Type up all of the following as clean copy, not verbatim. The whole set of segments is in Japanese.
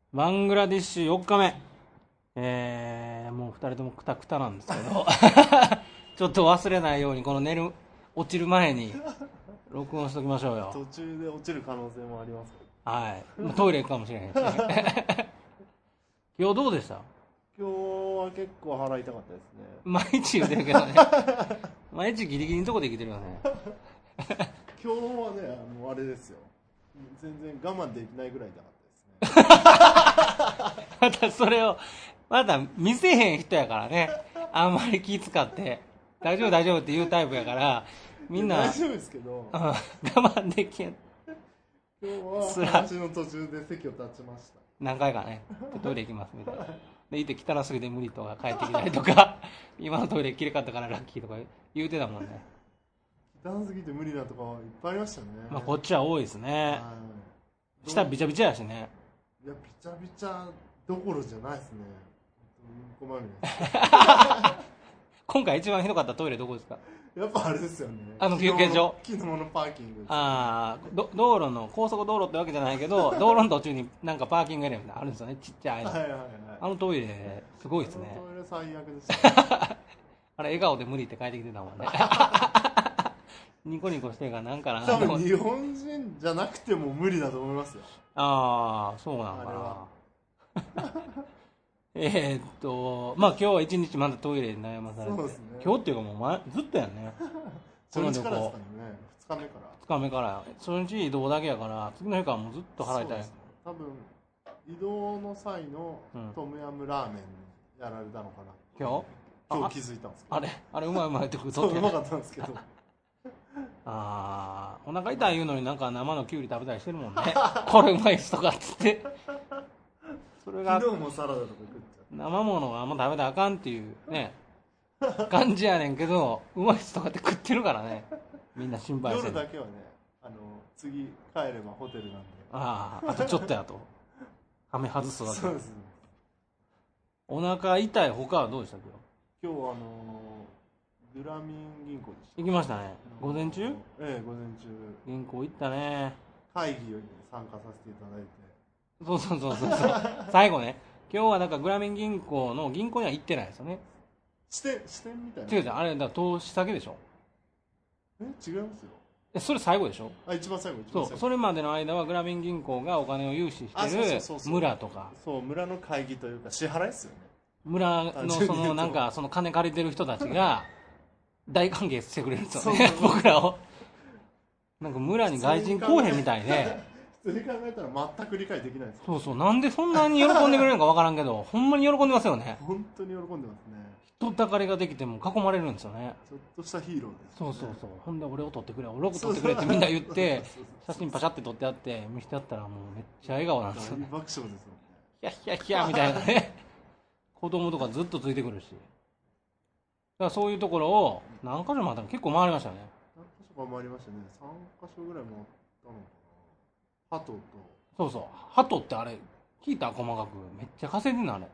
バングラディッシュ4日目。もう2人ともクタクタなんですけどちょっと忘れないようにこの落ちる前に録音しときましょうよ。 途中で落ちる可能性もあります。 はい、トイレ行くかもしれへんし今日どうでした？ 今日は結構腹痛かったですね。 毎日言うてるけどね毎日ギリギリのとこで生きてるよね今日はね、あれですよ、全然我慢できないぐらい痛かったですねまたそれをまた見せへん人やからね。あんまり気使って大丈夫大丈夫って言うタイプやからみんな大丈夫ですけど、 我慢できん。 今日は話の途中で席を立ちました。 何回かねトイレ行きますみたいなでいて汚すぎて無理とか帰ってきたりとか今のトイレきれかったからラッキーとか言うてたもんね。 汚すぎて無理なとかいっぱいありましたね。 まあこっちは多いですね。 はい、 下びちゃびちゃやしね。 いや、びちゃびちゃどころじゃないですね。こまみれです今回一番ひどかったトイレどこですか？ やっぱあれですよね、 休憩所、 昨日のパーキングです、ね、 ああ、道路の高速道路ってわけじゃないけど道路の途中になんかパーキングエリアみたいなのあるんですよね、ちっちゃいの。 はいはいはい、 あのトイレすごいですね。 あのトイレ最悪でしたあれ笑顔で無理って帰ってきてたもんねニコニコしてるからなんかな。 多分日本人じゃなくても無理だと思いますよ。 ああ、そうなのかなまあ今日は一日まだトイレに悩まされて、 そうですね、 今日っていうかもうずっとやね初日からですからね、2日目から 2日目から初日移動だけやから次の日からもうずっと腹痛い。 ね、多分移動の際のトムヤムラーメンにやられたのかな、 今日気づいたんですけど、 あれうまいうまいってことそううまかったんですけどああ、お腹痛い言うのになんか生のキュウリ食べたりしてるもんねこれうまいっすとかっつってそれが昨日もサラダとか食っちゃって生ものはあんま食べたらあかんっていうね感じやねんけど、うまいっすとかって食ってるからね、みんな心配してる。 夜だけはね、次帰ればホテルなんで、 あとちょっとやとはめ外すわけ。 そうですね。 お腹痛い他はどうでした？ 今日グラミン銀行でした。 行きましたね。午前中？ ええ、午前中銀行行ったね。 会議に参加させていただいて、 そう最後ね、今日はなんかグラミン銀行の銀行には行ってないですよね。 支店みたいな。 違うあれだから投資先でしょ。 違いますよ。 それ最後でしょ。 一番最後。 そう、それまでの間はグラミン銀行がお金を融資してる村とか、 そう村の会議というか支払いですよね。 村のそのなんかその金借りてる人たちが大歓迎してくれるんですよね僕らを。なんか村に外人来おへんみたいで普通に考えたら全く理解できないです。 そうなんでそんなに喜んでくれるのか分からんけどほんまに喜んでますよね。 本当に喜んでますね。 人だかりができても囲まれるんですよね。 ちょっとしたヒーローです、ね、 そうほんで俺を撮ってくれってみんな言って写真パシャって撮ってあって見せてあったらもうめっちゃ笑顔なんですよね。 爆笑ですよね。 ヒャッヒャッヒャみたいなね子供とかずっとついてくるし、だからそういうところを何か所もあったの結構回りましたね。 何箇所か回りましたね。3箇所ぐらい回ったのかな。ハトとそうハトってあれ聞いた細かくめっちゃ稼いでんのあれ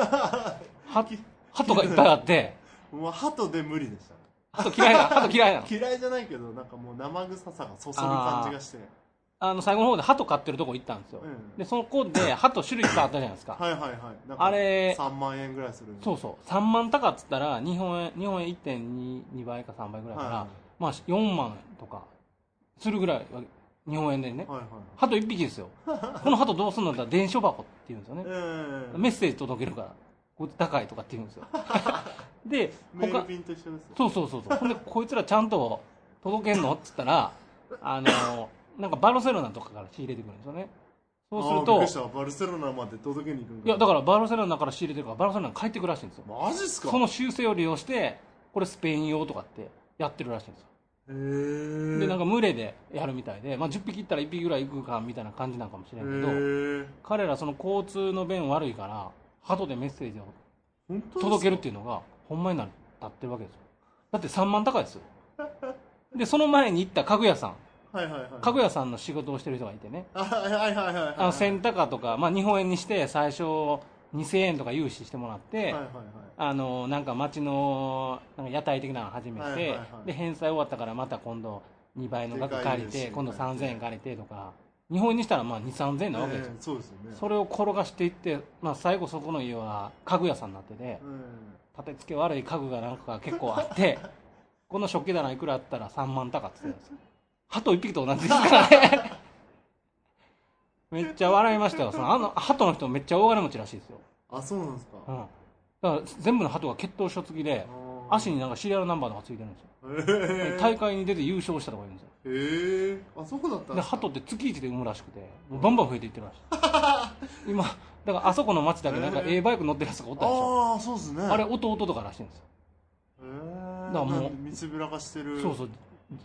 ハトがいっぱいあってもうハトで無理でしたね。 ハト嫌いなの嫌いじゃないけど、なんかもう生臭さがそそる感じがして、 最後の方でハト飼ってるとこ行ったんですよ、でそこでハト種類いっぱいあったじゃないですか。 はいなんかあれ 3万円ぐらいする。 そう3万高っつったら日本円 1.2 倍か3倍ぐらいから、まあ4万とかするぐらい日本円でね、ハト1匹ですよこのハトどうするのだったら伝書箱って言うんですよね、メッセージ届けるからこいつ高いとかって言うんですよでメール便と一緒ですよ。そうほんでこいつらちゃんと届けんのっつったらなんかバルセロナとかから仕入れてくるんですよね。そうするとびっくりした、 バルセロナまで届けに行くんいやだからバルセロナから仕入れてるからバルセロナに帰ってくるらしいんですよ。 マジっすか。 その修正を利用してこれスペイン用とかってやってるらしいんですよ。でなんか群れでやるみたいで、10匹いったら1匹ぐらい行くかみたいな感じなんかもしれんけど、彼らその交通の便悪いから鳩でメッセージを届けるっていうのがほんまになってるわけですよ。だって3万高いですよでその前に行った家具屋さん、家具屋さんの仕事をしてる人がいてね、洗濯とか、日本円にして最初2000円とか融資してもらって、なんか町のなんか屋台的なの始めて、で返済終わったからまた今度2倍の額借りて今度3000円借りてとか日本円にしたらまあ2、3000円なわけですよ、 そうですよね。 それを転がしていって、まあ、最後そこの家は家具屋さんになってて、立て付け悪い家具がなんか結構あってこの食器棚いくらあったら3万高って言ってたんですよ。鳩一匹と同じですからねめっちゃ笑いましたよ。あの鳩の人めっちゃ大金持ちらしいですよ。 あ、そうなんですか。 うん、だから全部の鳩が血統書付きで足になんかシリアルナンバーとかついてるんですよ。大会に出て優勝したとか言うんですよ。 へえ、あ、そうだったんでですか。 鳩って月一で産むらしくてもうバンバン増えていってるらしい今だからあそこの町だけなんかバイク乗ってるやつがおったでしょ。 ああ、そうですね。 あれ弟とからしいんですよ。 だからもう見せびらかしてる。 そうそう、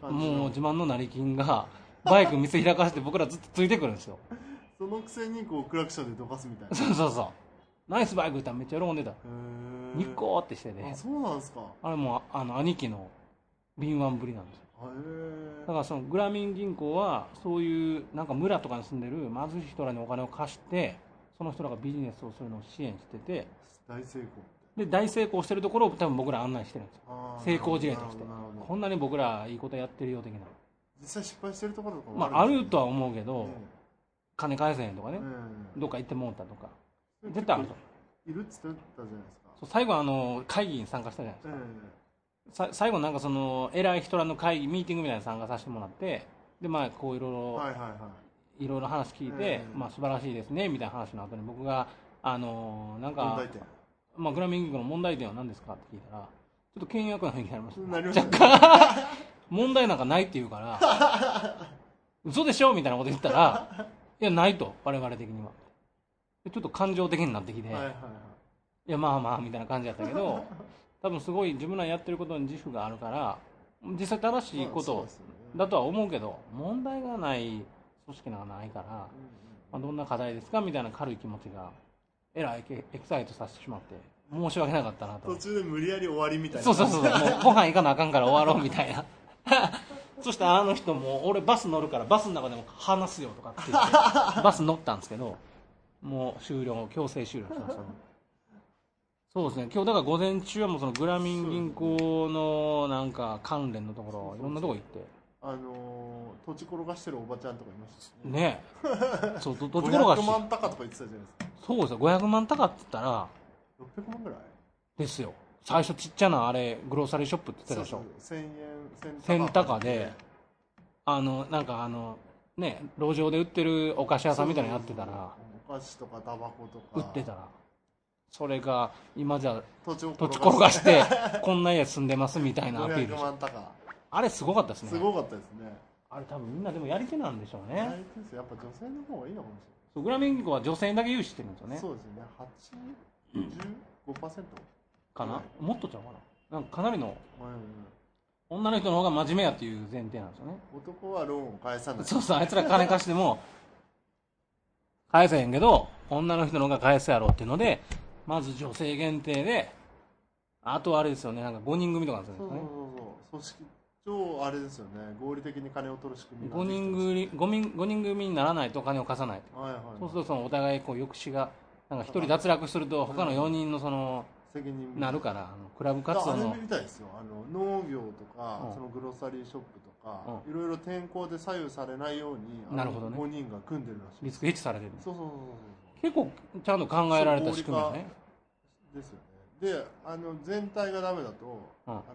もう自慢の成金がバイク見せ開かせて僕らずっとついてくるんですよそのくせにこうクラクションでどかすみたいな。 そうそうそう、ナイスバイクってめっちゃ喜んでた。ニッコーってしてね。 あ、そうなんですか。 あれも兄貴の敏腕ぶりなんですよ。だからそのグラミン銀行はそういうなんか村とかに住んでる貧しい人らにお金を貸してその人らがビジネスをするのを支援してて、 大成功で大成功してるところを多分僕ら案内してるんですよ。成功事例としてこんなに僕らいいことやってるよ的な。 実際失敗してるところとかもまああるとは思うけど、金返せへんとかね、どっか行ってもうたとか絶対あると。 いるって言ってたじゃないですか。 そう最後会議に参加したじゃないですか、最後なんかその偉い人らの会議ミーティングみたいなの参加させてもらって、でまあこういろいろ話聞いて、まあ素晴らしいですねみたいな話の後に僕がなんかまあグラミン銀行の問題点は何ですかって聞いたらちょっと倹約な雰囲気になりました、ね、若干問題なんかないって言うから嘘でしょみたいなこと言ったらいやないと我々的にはちょっと感情的になってきて、いやまあまあみたいな感じだったけど多分すごい自分らやってることに自負があるから実際正しいことだとは思うけど問題がない組織がないから、まあ、どんな課題ですかみたいな軽い気持ちがえらいエキサイトさせてしまって申し訳なかったなと。 途中で無理やり終わりみたいな。 そうもうご飯行かなあかんから終わろうみたいなそしてあの人も俺バス乗るからバスの中でも話すよとかって言ってバス乗ったんですけどもう強制終了しましたね。そうですね、今日だから午前中はもうそのグラミン銀行のなんか関連のところいろんなとこ行って土地転がしてるおばちゃんとかいましたねえそう土地転がし500万高とか言ってたじゃないですか。 そうですよ、500万高って言ったら 600万ぐらいですよ。最初ちっちゃなあれグローサリーショップって言ってたでしょ。 そう 1000高でなんかね路上で売ってるお菓子屋さんみたいなのやってたらお菓子とかタバコとか売ってたらそれが今じゃ土地転がしてこんな家住んでますみたいなアピール 500万高あれすごかったですね。 すごかったですね。 あれ多分みんなでもやり手なんでしょうね。やっぱ女性の方がいいのかもしれない。 そうグラミン銀行は女性にだけ融資してるんですよね。 そうですよね。15% かな、もっとちゃうかな、なんかかなりの、女の人の方が真面目やっていう前提なんですよね。 男はローンを返さない。 そうあいつら金貸しても返せへんけど女の人の方が返すやろっていうのでまず女性限定で、あとはあれですよね、なんか5人組とかなんですよね。 組織上あれですよね、合理的に金を取る仕組み 5人組にならないと金を貸さない、そうするとそのお互いこう抑止がなんか1人脱落すると他の4人のその責任なるからクラブ活動のあれみたいですよ、農業とか、そのグロッサリーショップとか、いろいろ天候で左右されないようになるほど、ね、 5人が組んでるらしい。 リスクヘッジされてる。 そう結構ちゃんと考えられた仕組みだね。 ですよね。で全体がダメだと、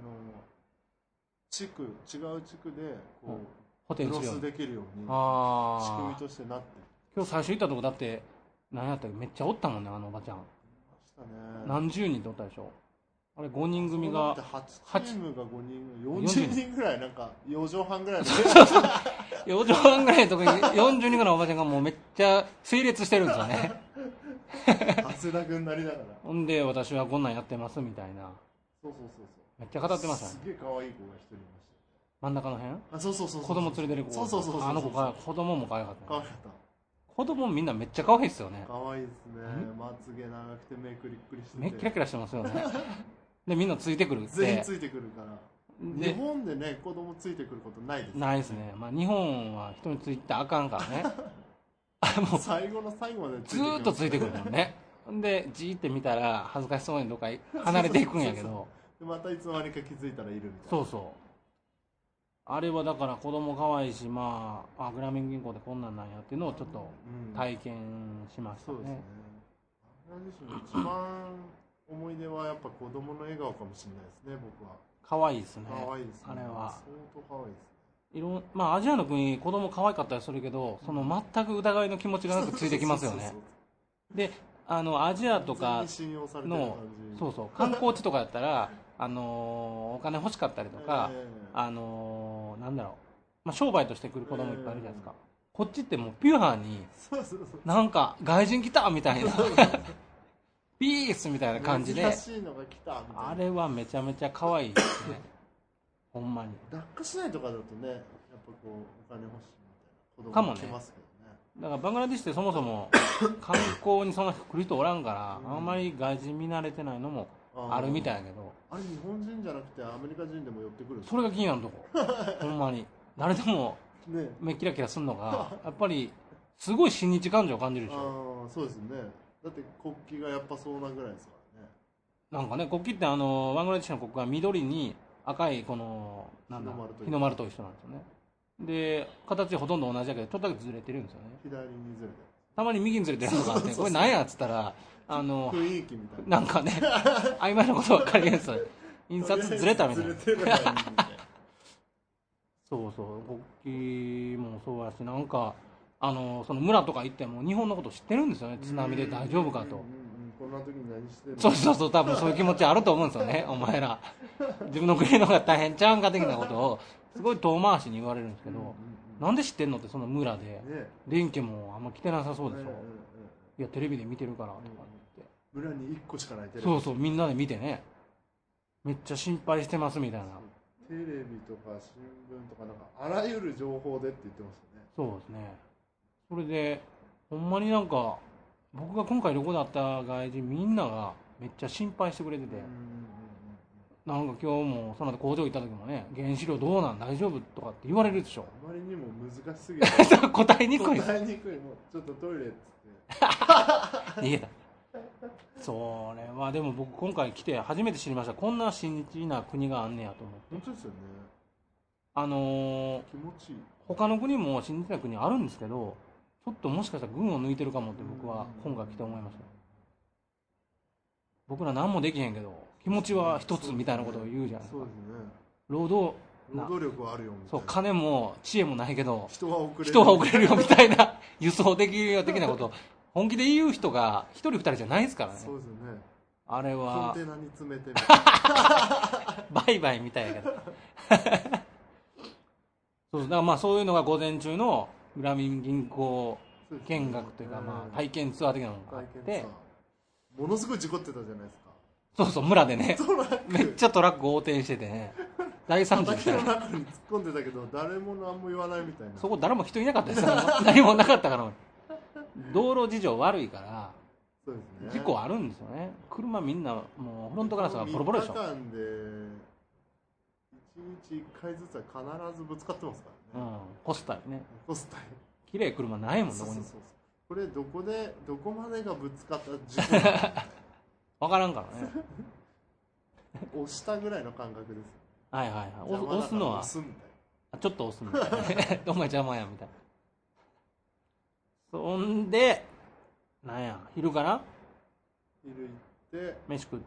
違う地区でこうクロスできるように仕組みとしてなってる。 今日最初行ったとこだって何やったっけ、めっちゃおったもんね、あのおばちゃん。何十人とおったでしょ。あれ5人組が 8チームが5人40人ぐらい、なんか4畳半ぐらいの 4畳半ぐらいのとこに40人ぐらいのおばちゃんがもうめっちゃ整列してるんですよね汗だくになりながら、 ほんで私はこんなんやってますみたいな。 そうめっちゃ語ってましたね。 すげえ可愛い子が一人いました。 真ん中の辺、 そう子供連れてる子、あの子が子供も可愛かった、 可愛かった。 子供みんなめっちゃ可愛いですよね。 可愛いですね。まつげ長くて目クリックリしてて目キラキラしてますよねでみんなついてくるって、 全員ついてくるから。日本でね子供ついてくることないですね。 ないですね。まあ日本は人についてあかんからねもう最後の最後までずーっとついてくるもんねでじーって見たら恥ずかしそうにどっか離れていくんやけどまたいつの間にか気づいたらいるみたいな。 そうあれはだから子供可愛いし、まあ、グラミン銀行でこんなんなんやっていうのをちょっと体験しましたね。 そうですね。バングラデシュの一番思い出はやっぱ子供の笑顔かもしれないですね、僕は。 可愛いですね。 可愛いですね。 あれは。 相当可愛いですね。 まあアジアの国、子供可愛かったりするけど、その全く疑いの気持ちがなくついてきますよね。で、アジアとかの、そうそう、観光地とかやったら、お金欲しかったりとか、なんだろう、まあ、商売として来る子供いっぱいいるじゃないですか。こっちってもうピュアに、なんか外人来たみたいな、ピースみたいな感じで、あれはめちゃめちゃ可愛いですね。ほんまに。 ダッカ市内とかだとね、やっぱこうお金欲しいみたいな子供かもね。 来ますけどね。 だからバングラデシュってそもそも観光にそんな来る人おらんから、あんまり外人見慣れてないのもあるみたいやけど、 あれ日本人じゃなくてアメリカ人でも寄ってくるんですか？ それが気になるとこほんまに誰でも目キラキラするのがやっぱりすごい親日感情を感じるでしょ。 そうですね。だって国旗がやっぱそうなぐらいですからね。 なんかね、国旗ってバングラデシュの国旗は緑に赤いこのなんだ日の丸と一緒なんですよね。で形ほとんど同じだけどちょっとだけずれてるんですよね。 左にずれてたまに右にずれてるのがあってこれ何やっつったら雰囲気みたいなんかね曖昧なことばっかり言うんですよ。印刷ずれたみたいなそうそう国旗もそうやし、なんかその村とか行っても日本のこと知ってるんですよね。津波で大丈夫かと。 こんな時に何してるの？ そう多分そういう気持ちあると思うんですよねお前ら自分の国の方が大変ちゃうんか的なことをすごい遠回しに言われるんですけど、なんで知ってんのって、その村で電気もあんま来てなさそうでしょ、いやテレビで見てるからとかって、 村に1個しかないテレビ、 そうみんなで見てね、めっちゃ心配してますみたいな。 テレビとか新聞とかなんかあらゆる情報でって言ってましたね。 そうですね。それでほんまになんか僕が今回旅行だった外人みんながめっちゃ心配してくれてて、なんか今日もその後工場行った時もね、原子量どうなん大丈夫とかって言われるでしょ。 あまりにも難しすぎて答えにくいもうちょっとトイレっつって逃げた。それはでも僕今回来て初めて知りました。こんな親日な国があんねやと思って。 本当ですよね。気持ちいい。 他の国も親日な国あるんですけど、ちょっともしかしたら群を抜いてるかもって僕は今回来て思いました。僕ら何もできへんけど気持ちは一つみたいなことを言うじゃないですか。 そうですね。 労働力はあるよみたいな。 そう、金も知恵もないけど人は遅れるよみたいな輸送できるよ的なことを本気で言う人が一人二人じゃないですからね。 そうですよね。 あれはコンテナに詰めて売買みたいやけどそうだからまあそういうのが午前中のグラミン銀行見学というか、まあ体験ツアー的なのがあって、 ものすごい事故ってたじゃないですか。 そう村でねめっちゃトラック横転しててね、大惨事みたいな。 畑の中に突っ込んでたけど誰も何も言わないみたいな。 そこ誰も人いなかったです何もなかったから道路事情悪いからそうですね、 事故あるんですよね。車みんなもうフロントガラスがボロボロでしょ。 3日間で1日1回ずつは必ずぶつかってますからね。 コスタイね。 コスタイ綺麗車ないもん。 そうこれどこまでがぶつかった事故なの分からんからね押したぐらいの感覚です。 はい押すのはちょっと押すみたいなお前邪魔やみたいな。そんでなんや昼から行って飯食って、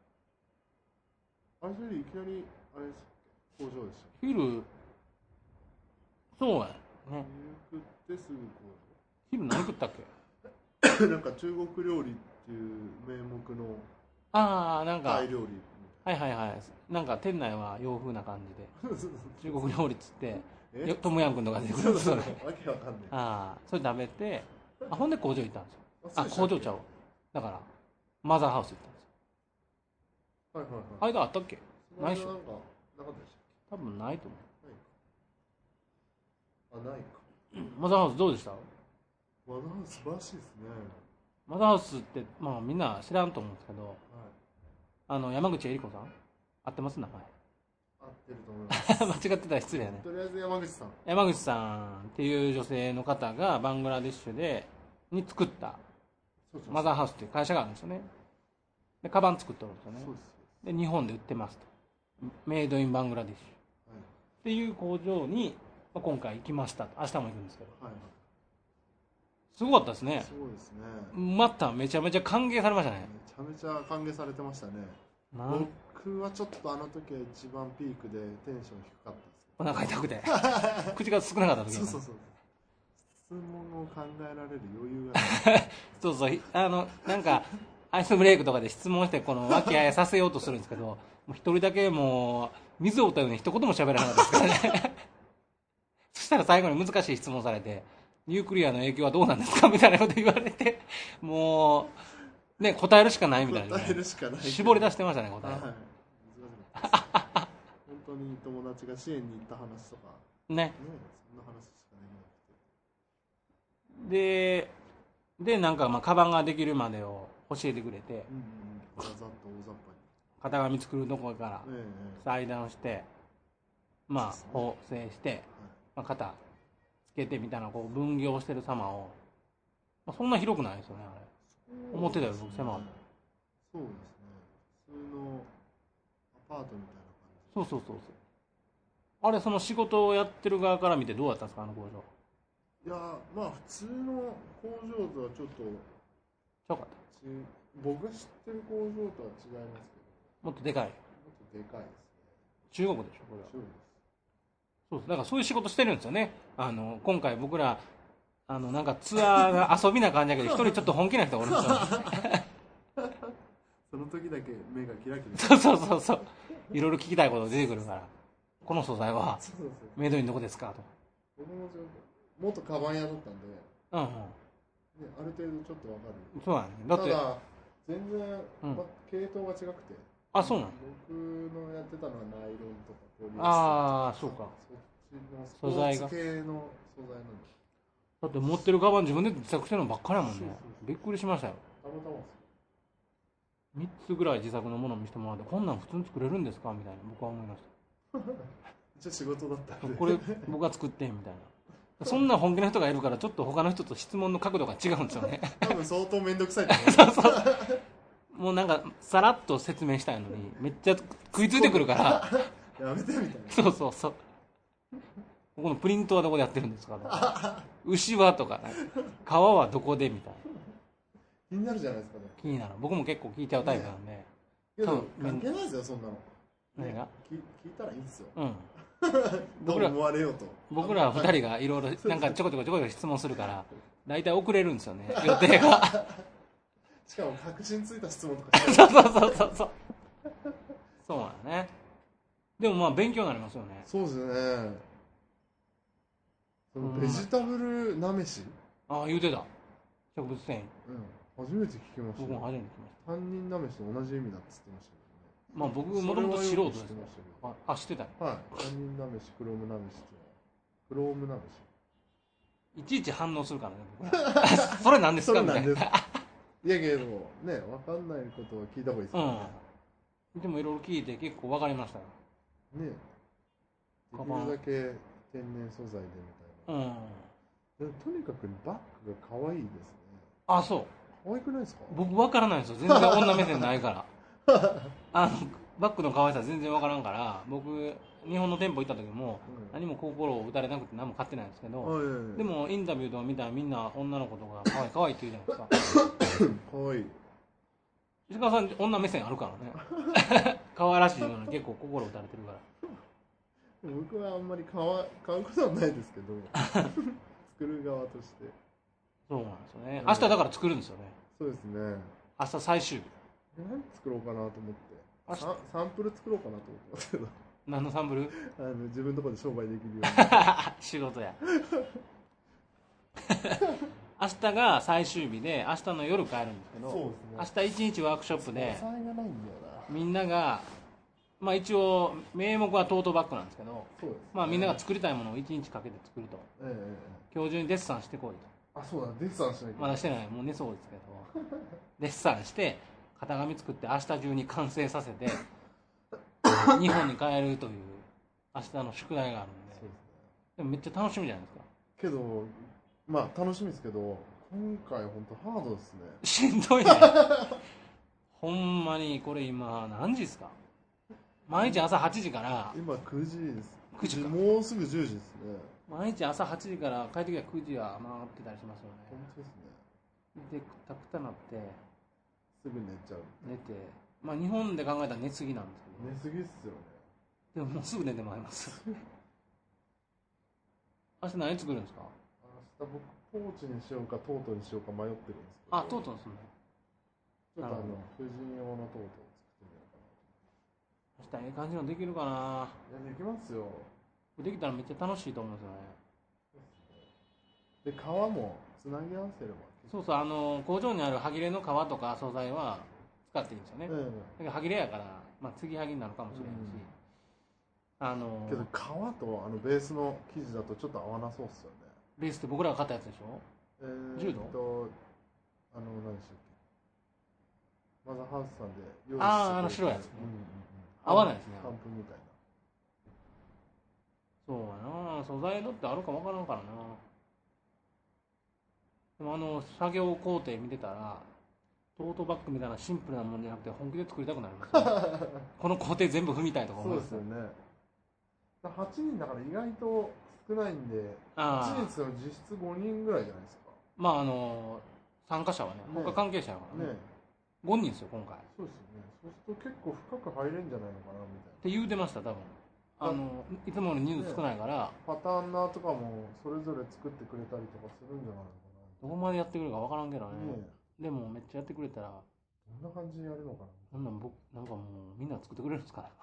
あれいきなりあれ工場でした。 昼そうやね。 食ってすぐ工場。 昼何食ったっけなんか中国料理っていう名目のなんかタイ料理。 はいなんか店内は洋風な感じで中国料理っつってトムヤムクンとか出てくる。それわけわかんない。 それ食べてほんで工場行ったんですよ。工場ちゃうだからマザーハウス行ったんですよ。間あったっけ？ないっしょ。なかったでしょ。多分ないと思う。 ないか。 マザーハウスどうでした？ マザーハウス素晴らしいですね。 マザーハウスってまあみんな知らんと思うんですけど、山口恵理子さん合ってます名前？ 合ってると思います間違ってたら失礼やね。 とりあえず山口さんっていう女性の方がバングラデシュに作ったマザーハウスっていう会社があるんですよね。でカバン作ってるんですよね。で日本で売ってますと、メイドインバングラデシュ、 っていう工場に、まあ、今回行きました。明日も行くんですけど、 はい、 すごかったですね。 そうですね。 まためちゃめちゃ歓迎されましたね。 めちゃめちゃ歓迎されてましたね。僕はちょっとあの時は一番ピークでテンション低かったです。 お腹痛くて口が少なかった時そうそうそう。質問を考えられる余裕がないそうそうなんかアイスブレイクとかで質問してこの和気あいあいさせようとするんですけど、もう一人だけもう水を打ったように一言も喋らなかったですからねそしたら最後に難しい質問されて、ニュークリアの影響はどうなんですかみたいなこと言われて、もうね答えるしかないみたいな、 答えるしかない、 絞り出してましたね答え、 はい、本当に友達が支援に行った話とかね、 そんな話しかできなくて、 でなんかまあカバンができるまでを教えてくれて、 ざっと大雑把に型紙作るところから裁断して、まあ縫製して、まあ、型つけてみたいなこう分業してる様を、まあ、そんな広くないですよねあれ。思ってたより僕狭かった。 そうですね。普通のアパートみたいな感じ。 そうあれその仕事をやってる側から見てどうだったんですかあの工場。 いやまあ普通の工場とはちょっとちゃうかった。 僕が知ってる工場とは違いますけど、 もっとでかい。 もっとでかいですね。 中国でしょこれは。 中国です。 そうだからそういう仕事してるんですよね。今回僕らなんかツアーが遊びな感じだけど一人ちょっと本気な人がおるんですよその時だけ目がキラキラそういろいろ聞きたいこと出てくるから、この素材はメイドインどこですかと。 僕も元カバン屋だったんで、 うんうん、 ね、ある程度ちょっとわかる。 そうだね。だってただ全然、系統が違くて、 あ、そうなの。 僕のやってたのはナイロンとかポリエステルとか、 ああそうか、 そっちのスポーツ系の素材なんで。 だって持ってるカバン自分で自作してるのばっかりやもんね。びっくりしましたよ。 たまたま 3つぐらい自作のものを見せてもらって、こんなん普通に作れるんですかみたいな僕は思いました一応仕事だったんでこれ僕が作ってみたいなそんな本気の人がいるからちょっと他の人と質問の角度が違うんですよね多分相当面倒くさいと思うそうもうなんかさらっと説明したいのにめっちゃ食いついてくるからやめてみたいな。 そうここのプリントはどこでやってるんですかとか牛はとか、ね、皮はどこでみたいな気になるじゃないですかね。 気になる。僕も結構聞いちゃうタイプなんで、 ね、けど関係ないですよそんなの。 何が、 聞いたらいいんですよ。 どう思われようと。 僕ら2人がいろいろなんかちょこちょこ質問するから大体遅れるんですよね予定がしかも確信ついた質問とかしてそうなんだね。でもまあ勉強になりますよね。 そうですね。そのベジタブルなめし、 ああ言うてた。植物繊維、 初めて聞きました。 僕も初めて聞きました。 担任なめしと同じ意味だっつってましたけどね。 まあ僕もともと素人ですけど。知ってた。 はい。担任なめし、クロームなめしとクロームなめしいちいち反応するからね僕らそれなんですかみたいな。いやけどね、分かんないことは聞いた方がいいですよね。 でもいろいろ聞いて結構分かりましたよね。できるだけ天然素材でみたいな。とにかくバッグが可愛いですね。 あ、そう。 可愛くないですか？ 僕分からないんですよ。全然女目線ないからバッグの可愛さ全然分からんから、僕日本の店舗行った時も何も心を打たれなくて何も買ってないんですけど、でもインタビューとか見たらみんな女の子とか可愛いって言うじゃないですか可愛い。 石川さん女目線あるからね可愛らしいのに結構心打たれてるから僕はあんまり買うことはないですけど作る側として。 そうなんですよね。明日だから作るんですよね。 そうですね。 明日最終日。 何作ろうかなと思って、サンプル作ろうかなと思ってますけど。 何のサンプル？ 自分のところで商売できるように仕事や明日が最終日で明日の夜帰るんですけど、そうですね、明日一日ワークショップでみんなが、まあ、一応名目はトートバッグなんですけど、そうです、まあ、みんなが作りたいものを1日かけて作ると、今日中にデッサンしてこいと。 あ、そうだ、デッサンしなきゃまだしてない、もう寝そうですけどデッサンして型紙作って明日中に完成させて日本に帰るという明日の宿題があるんで、でもめっちゃ楽しみじゃないですか。 けどまあ楽しみですけど、今回本当ハードですね。 しんどいねほんまに。これ今何時ですか？毎日朝8時から今9時です。 9時か。 もうすぐ10時ですね。 毎日朝8時から帰ってきたら9時は回ってたりしますよね。 本当ですね。 で、くたくたなって、 すぐ寝ちゃう。 寝て、まあ日本で考えたら寝すぎなんですけど。 寝すぎっすよね。 でももうすぐ寝てまいります。明日何作るんですか？ 明日僕、ポーチにしようかトートにしようか迷ってるんですけど。 あ、トートにするの？ ちょっと婦人用のトートを作ってみようかな。 明日いい感じのできるかな。 いや、できますよ。 できたらめっちゃ楽しいと思うんですよね。 で、皮もつなぎ合わせれば。 そうそう、工場にある歯切れの皮とか素材は使っていいんですよね。だけど歯切れやから、まあ、継ぎはぎになるかもしれないし、 けど皮とベースの生地だとちょっと合わなそうっすよね。 ベースって僕らが買ったやつでしょ？柔道？ 何でしたっけ、マザーハウスさんで用意してくれて、 白いやつね、合わないですね。 半分みたいな。 そうやな、素材だってあるか分からんからな。でも作業工程見てたらトートバッグみたいなシンプルなもんじゃなくて本気で作りたくなりますよこの工程全部踏みたいとか思そうですよね。8人だから意外と少ないんで、1日の実質5人ぐらいじゃないですか。 まあ参加者はね、他関係者やからね。5人ですよ今回。 そうですよね。そうすると結構深く入れんじゃないのかなみたいな。 って言うてました多分。いつもの人数少ないから、 パターンナーとかもそれぞれ作ってくれたりとかするんじゃないのかな。 どこまでやってくれるか分からんけどね。でもめっちゃやってくれたらどんな感じでやるのかな。 そんなん僕なんかもうみんな作ってくれるんですかね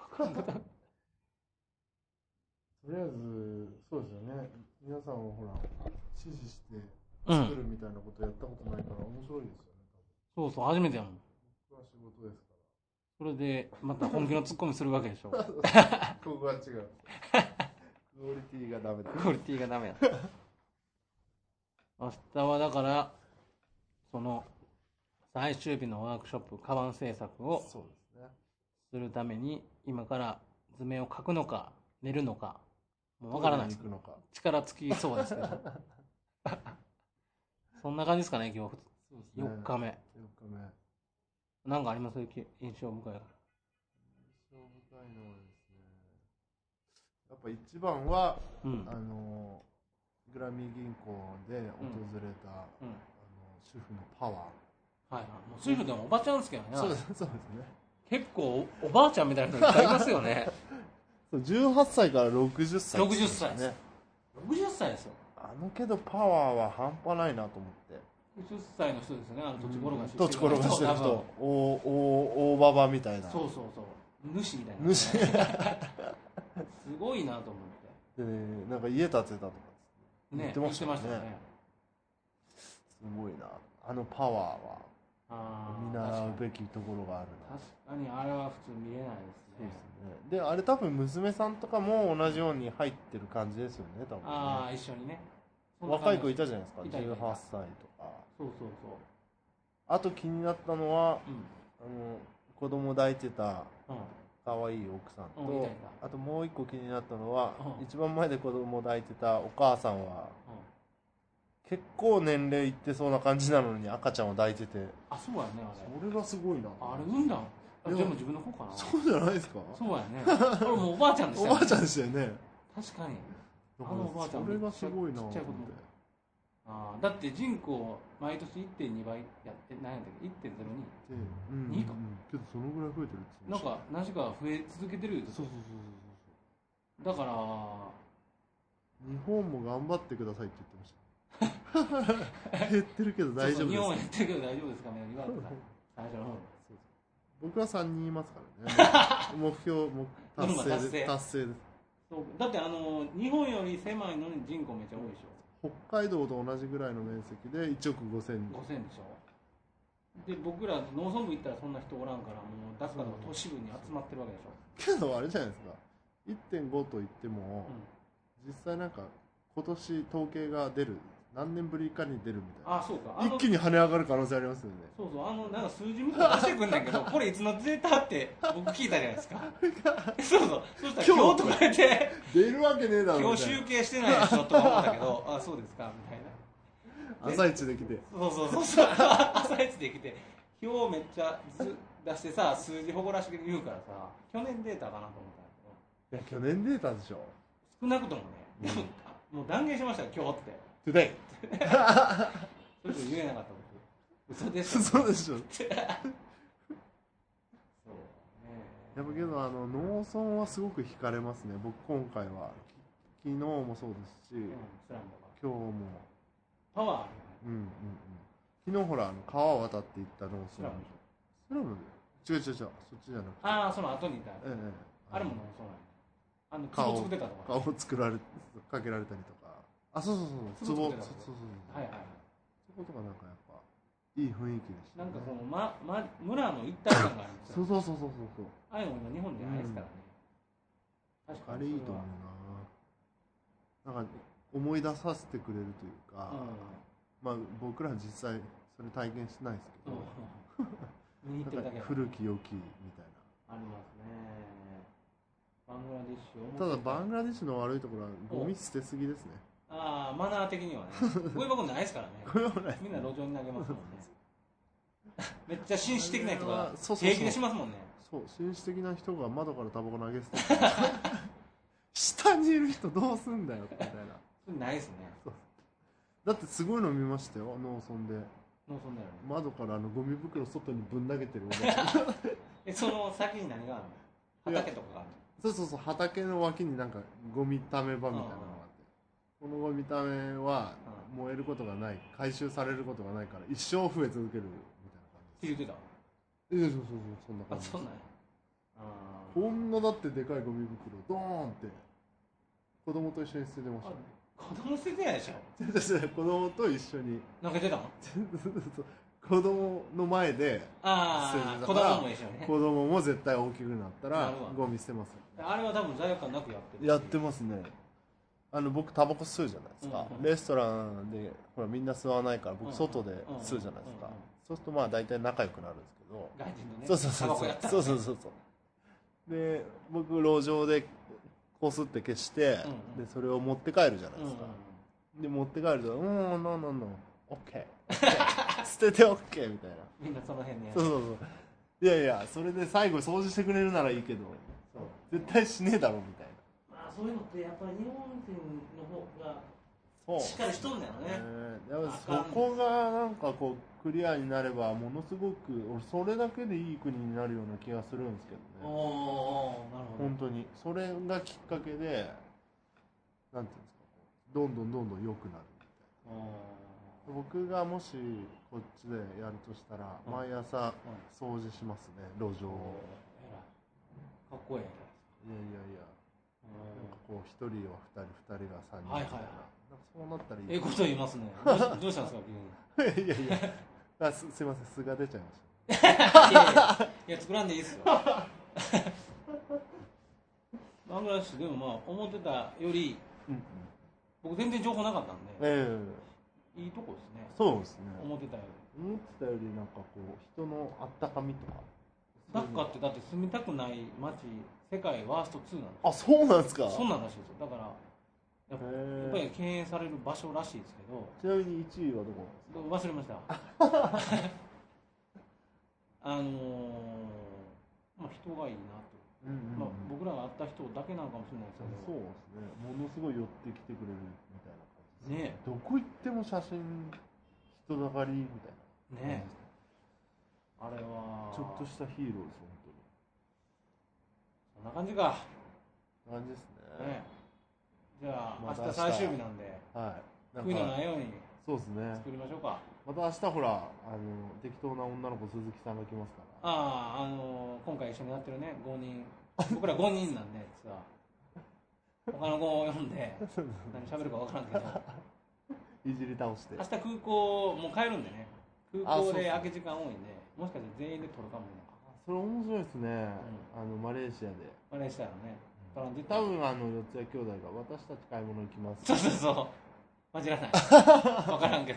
とりあえずそうですよね。皆さんはほら指示して作るみたいなことやったことないから面白いですよね。 そうそう、初めてやもん。 僕は仕事ですから。 それでまた本気のツッコミするわけでしょここは違う。クオリティがダメだ。 クオリティがダメや明日はだからその最終日のワークショップカバン製作をするために今から図面を描くのか寝るのかもう分からないです。力尽きそうですけどそんな感じですかね今日4日目。なんかあります？印象深い。印象深いのはですね、やっぱ一番は、グラミー銀行で訪れた、主婦のパワー。 はいはい。もう主婦でもおばちゃんですけどね。 そうですね。 結構おばあちゃんみたいな人いっぱいいますよね。 18歳から60歳、ね。 60歳です。60歳ですよ。 けどパワーは半端ないなと思って。 60歳の人ですよね、土地転がし土地転がしてる人、大ババみたいな。 そう。主みたいな。すごいなと思って。 で、なんか家建てたとか言ってましたね。 すごいな。パワーは見習うべきところがあるな。 確かにあれは普通見れないですね。 で、あれ多分娘さんとかも同じように入ってる感じですよね、多分ね。 一緒にね。 若い子いたじゃないですか、18歳とか。 そう。 あと気になったのは、子供抱いてた可愛い奥さんと、あともう一個気になったのは、一番前で子供抱いてたお母さんは、結構年齢いってそうな感じなのに赤ちゃんを抱いてて。 あ、そうやね、あれ。 それがすごいな。 あれ産んだん？でも自分の方かな。 そうじゃないですか。 そうやね。これもうおばあちゃんでしたよね。 おばあちゃんでしたよね。 確かに。 おばあちゃんそれがすごいな。ちっちゃい子供。 だって人口毎年 1.2 倍やって何やったっけ 1.02 2かけどそのぐらい増えてるってなんか何しか増え続けてる。 そうだから日本も頑張ってくださいって言ってました減ってるけど大丈夫です。 日本は減ってるけど大丈夫ですかね言われた最初の方。 僕は3人いますからね目標達成です。 そうだって日本より狭いのに人口めっちゃ多いでしょ。 北海道と同じぐらいの面積で1億5000人。 5000でしょ。で僕ら農村部行ったらそんな人おらんからもうだから都市部に集まってるわけでしょ。けどあれじゃないですか 1.5 と言っても、実際なんか今年統計が出る何年ぶりかに出るみたいな。 そうか。 一気に跳ね上がる可能性ありますよね。 そうなんか数字向こう出してくんだけどこれいつのデータって僕聞いたじゃないですかそうそしたら今日とか言って出るわけねえだろ今日集計してないでしょとか思ったけどそうですかみたいな。朝一で来てそう朝一で来て表めっちゃ出してさ数字誇らしげに言うからさ去年データかなと思ったんだけど。 いや去年データでしょ。 少なくともね、でももう断言しましたよ今日って。 today それと言えなかった僕。嘘でしょ。 嘘でしょ。やっぱけど農村はすごく惹かれますね。僕今回は昨日もそうですし、今日もパワー。 昨日ほら川渡って行った農村。スラム違うそっちじゃなくて。 ああその後にいた。あれも農村なん。壺作ってたとか。 顔作られかけられたりとか。あそう壺。はいはい。そことかなんかやっぱいい雰囲気でした。 なんかこの村の一体感があるんですよ。 そう。 あれも今日本でないですからね。 確かにあれいいと思うな。なんか思い出させてくれるというか、まあ僕ら実際それ体験してないですけど、 見に行ってるだけ古き良きみたいな。ありますね。バングラデシュ。 ただバングラデシュの悪いところはゴミ捨てすぎですね。 ああマナー的にはね。ゴミ箱ないですからね。みんな路上に投げますもんね。めっちゃ紳士的な人が平気でしますもんね。 そう紳士的な人が窓からタバコ投げ捨てて下にいる人どうすんだよみたいな。 それないですね。 だってすごいの見ましたよ農村で。 農村だよね。 窓からゴミ袋外にぶん投げてるその先に何があるの？畑とかがあるの？ そう畑の脇になんかゴミため場みたいなのがあって、このゴミためは燃えることがない、回収されることがないから一生増え続けるみたいな感じ。 言ってた？ そうそんな感じ。 そんなんや。 こんなだってでかいゴミ袋ドーンって子供と一緒に捨ててましたね。 子供捨ててないでしょ。 子供と一緒に投げてたの？ 子供の前で捨ててたから、 子供も一緒にね。 子供も絶対大きくなったらゴミ捨てます。 あれは多分罪悪感なくやってますね。僕タバコ吸うじゃないですか、レストランでほらみんな吸わないから僕外で吸うじゃないですか、そうするとまあ大体仲良くなるんですけど、 外人のね、 そうで僕路上でこすって消して、でそれを持って帰るじゃないですか、で持って帰るとノーオッケー捨ててオッケーみたいな、 みんなその辺にいやそれで最後掃除してくれるならいいけど絶対しねえだろみたいな。 そういうのってやっぱり日本人の方がしっかりしとんだよね。 そこがなんかこうクリアになればものすごく俺それだけでいい国になるような気がするんですけどね。 なるほど。 本当にそれがきっかけでなんていうんですか、どんどん良くなるみたいな。僕がもしこっちでやるとしたら毎朝掃除しますね、路上を。 かっこいい。いやなんかこう一人は2人が3人みたいな、なんかそうなったらいい。 こと言いますね。どうしたんですか急に。いやすいません、素が出ちゃいました。 いや作らんでいいっすよ。バングラデシュでもまあ思ってたより、僕全然情報なかったんで、いいとこですね。 そうですね。 思ってたよりなんかこう人のあったかみとか。 ダッカってだって住みたくない街、世界ワースト2なんですよ。 あ、そうなんですか。 そうなんらしいですよ。だからやっぱり敬遠される場所らしいですけど。 ちなみに1位はどこ忘れました。まあ人がいいなと。まあ僕らが会った人だけなのかもしれないですけど。 そうですね。ものすごい寄ってきてくれるみたいな感じ。 ね。 どこ行っても写真人だかりみたいな。ね。 あれはちょっとしたヒーローです本当に。 そんな感じか。 感じですね。 じゃあ明日最終日なんで、悔いのないようにそうですね。 作りましょうか。 また明日ほら適当な女の子鈴木さんが来ますから。 今回一緒にやってるね5人、僕ら5人なんでツアー。他の子を呼んで何喋るか分からんけど。 いじり倒して。 明日空港もう帰るんでね。空港で空き時間多いんで。もしかして全員で撮るかもね。 それ面白いですね。マレーシアで。 マレーシアのね。 多分四谷兄弟が私たち買い物行きます。 そう間違いない。分からんけど。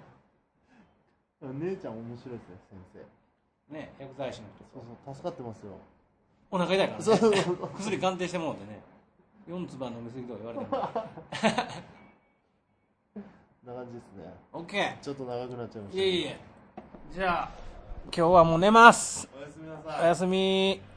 姉ちゃん面白いですね、先生。ね、薬剤師の人。 そう助かってますよ。 お腹痛いからね。薬鑑定してもらってね。4粒飲みすぎとか言われても。 な感じですね。 OK。 ちょっと長くなっちゃいました。 いえ。じゃあ今日はもう寝ます。 おやすみなさい。 おやすみ。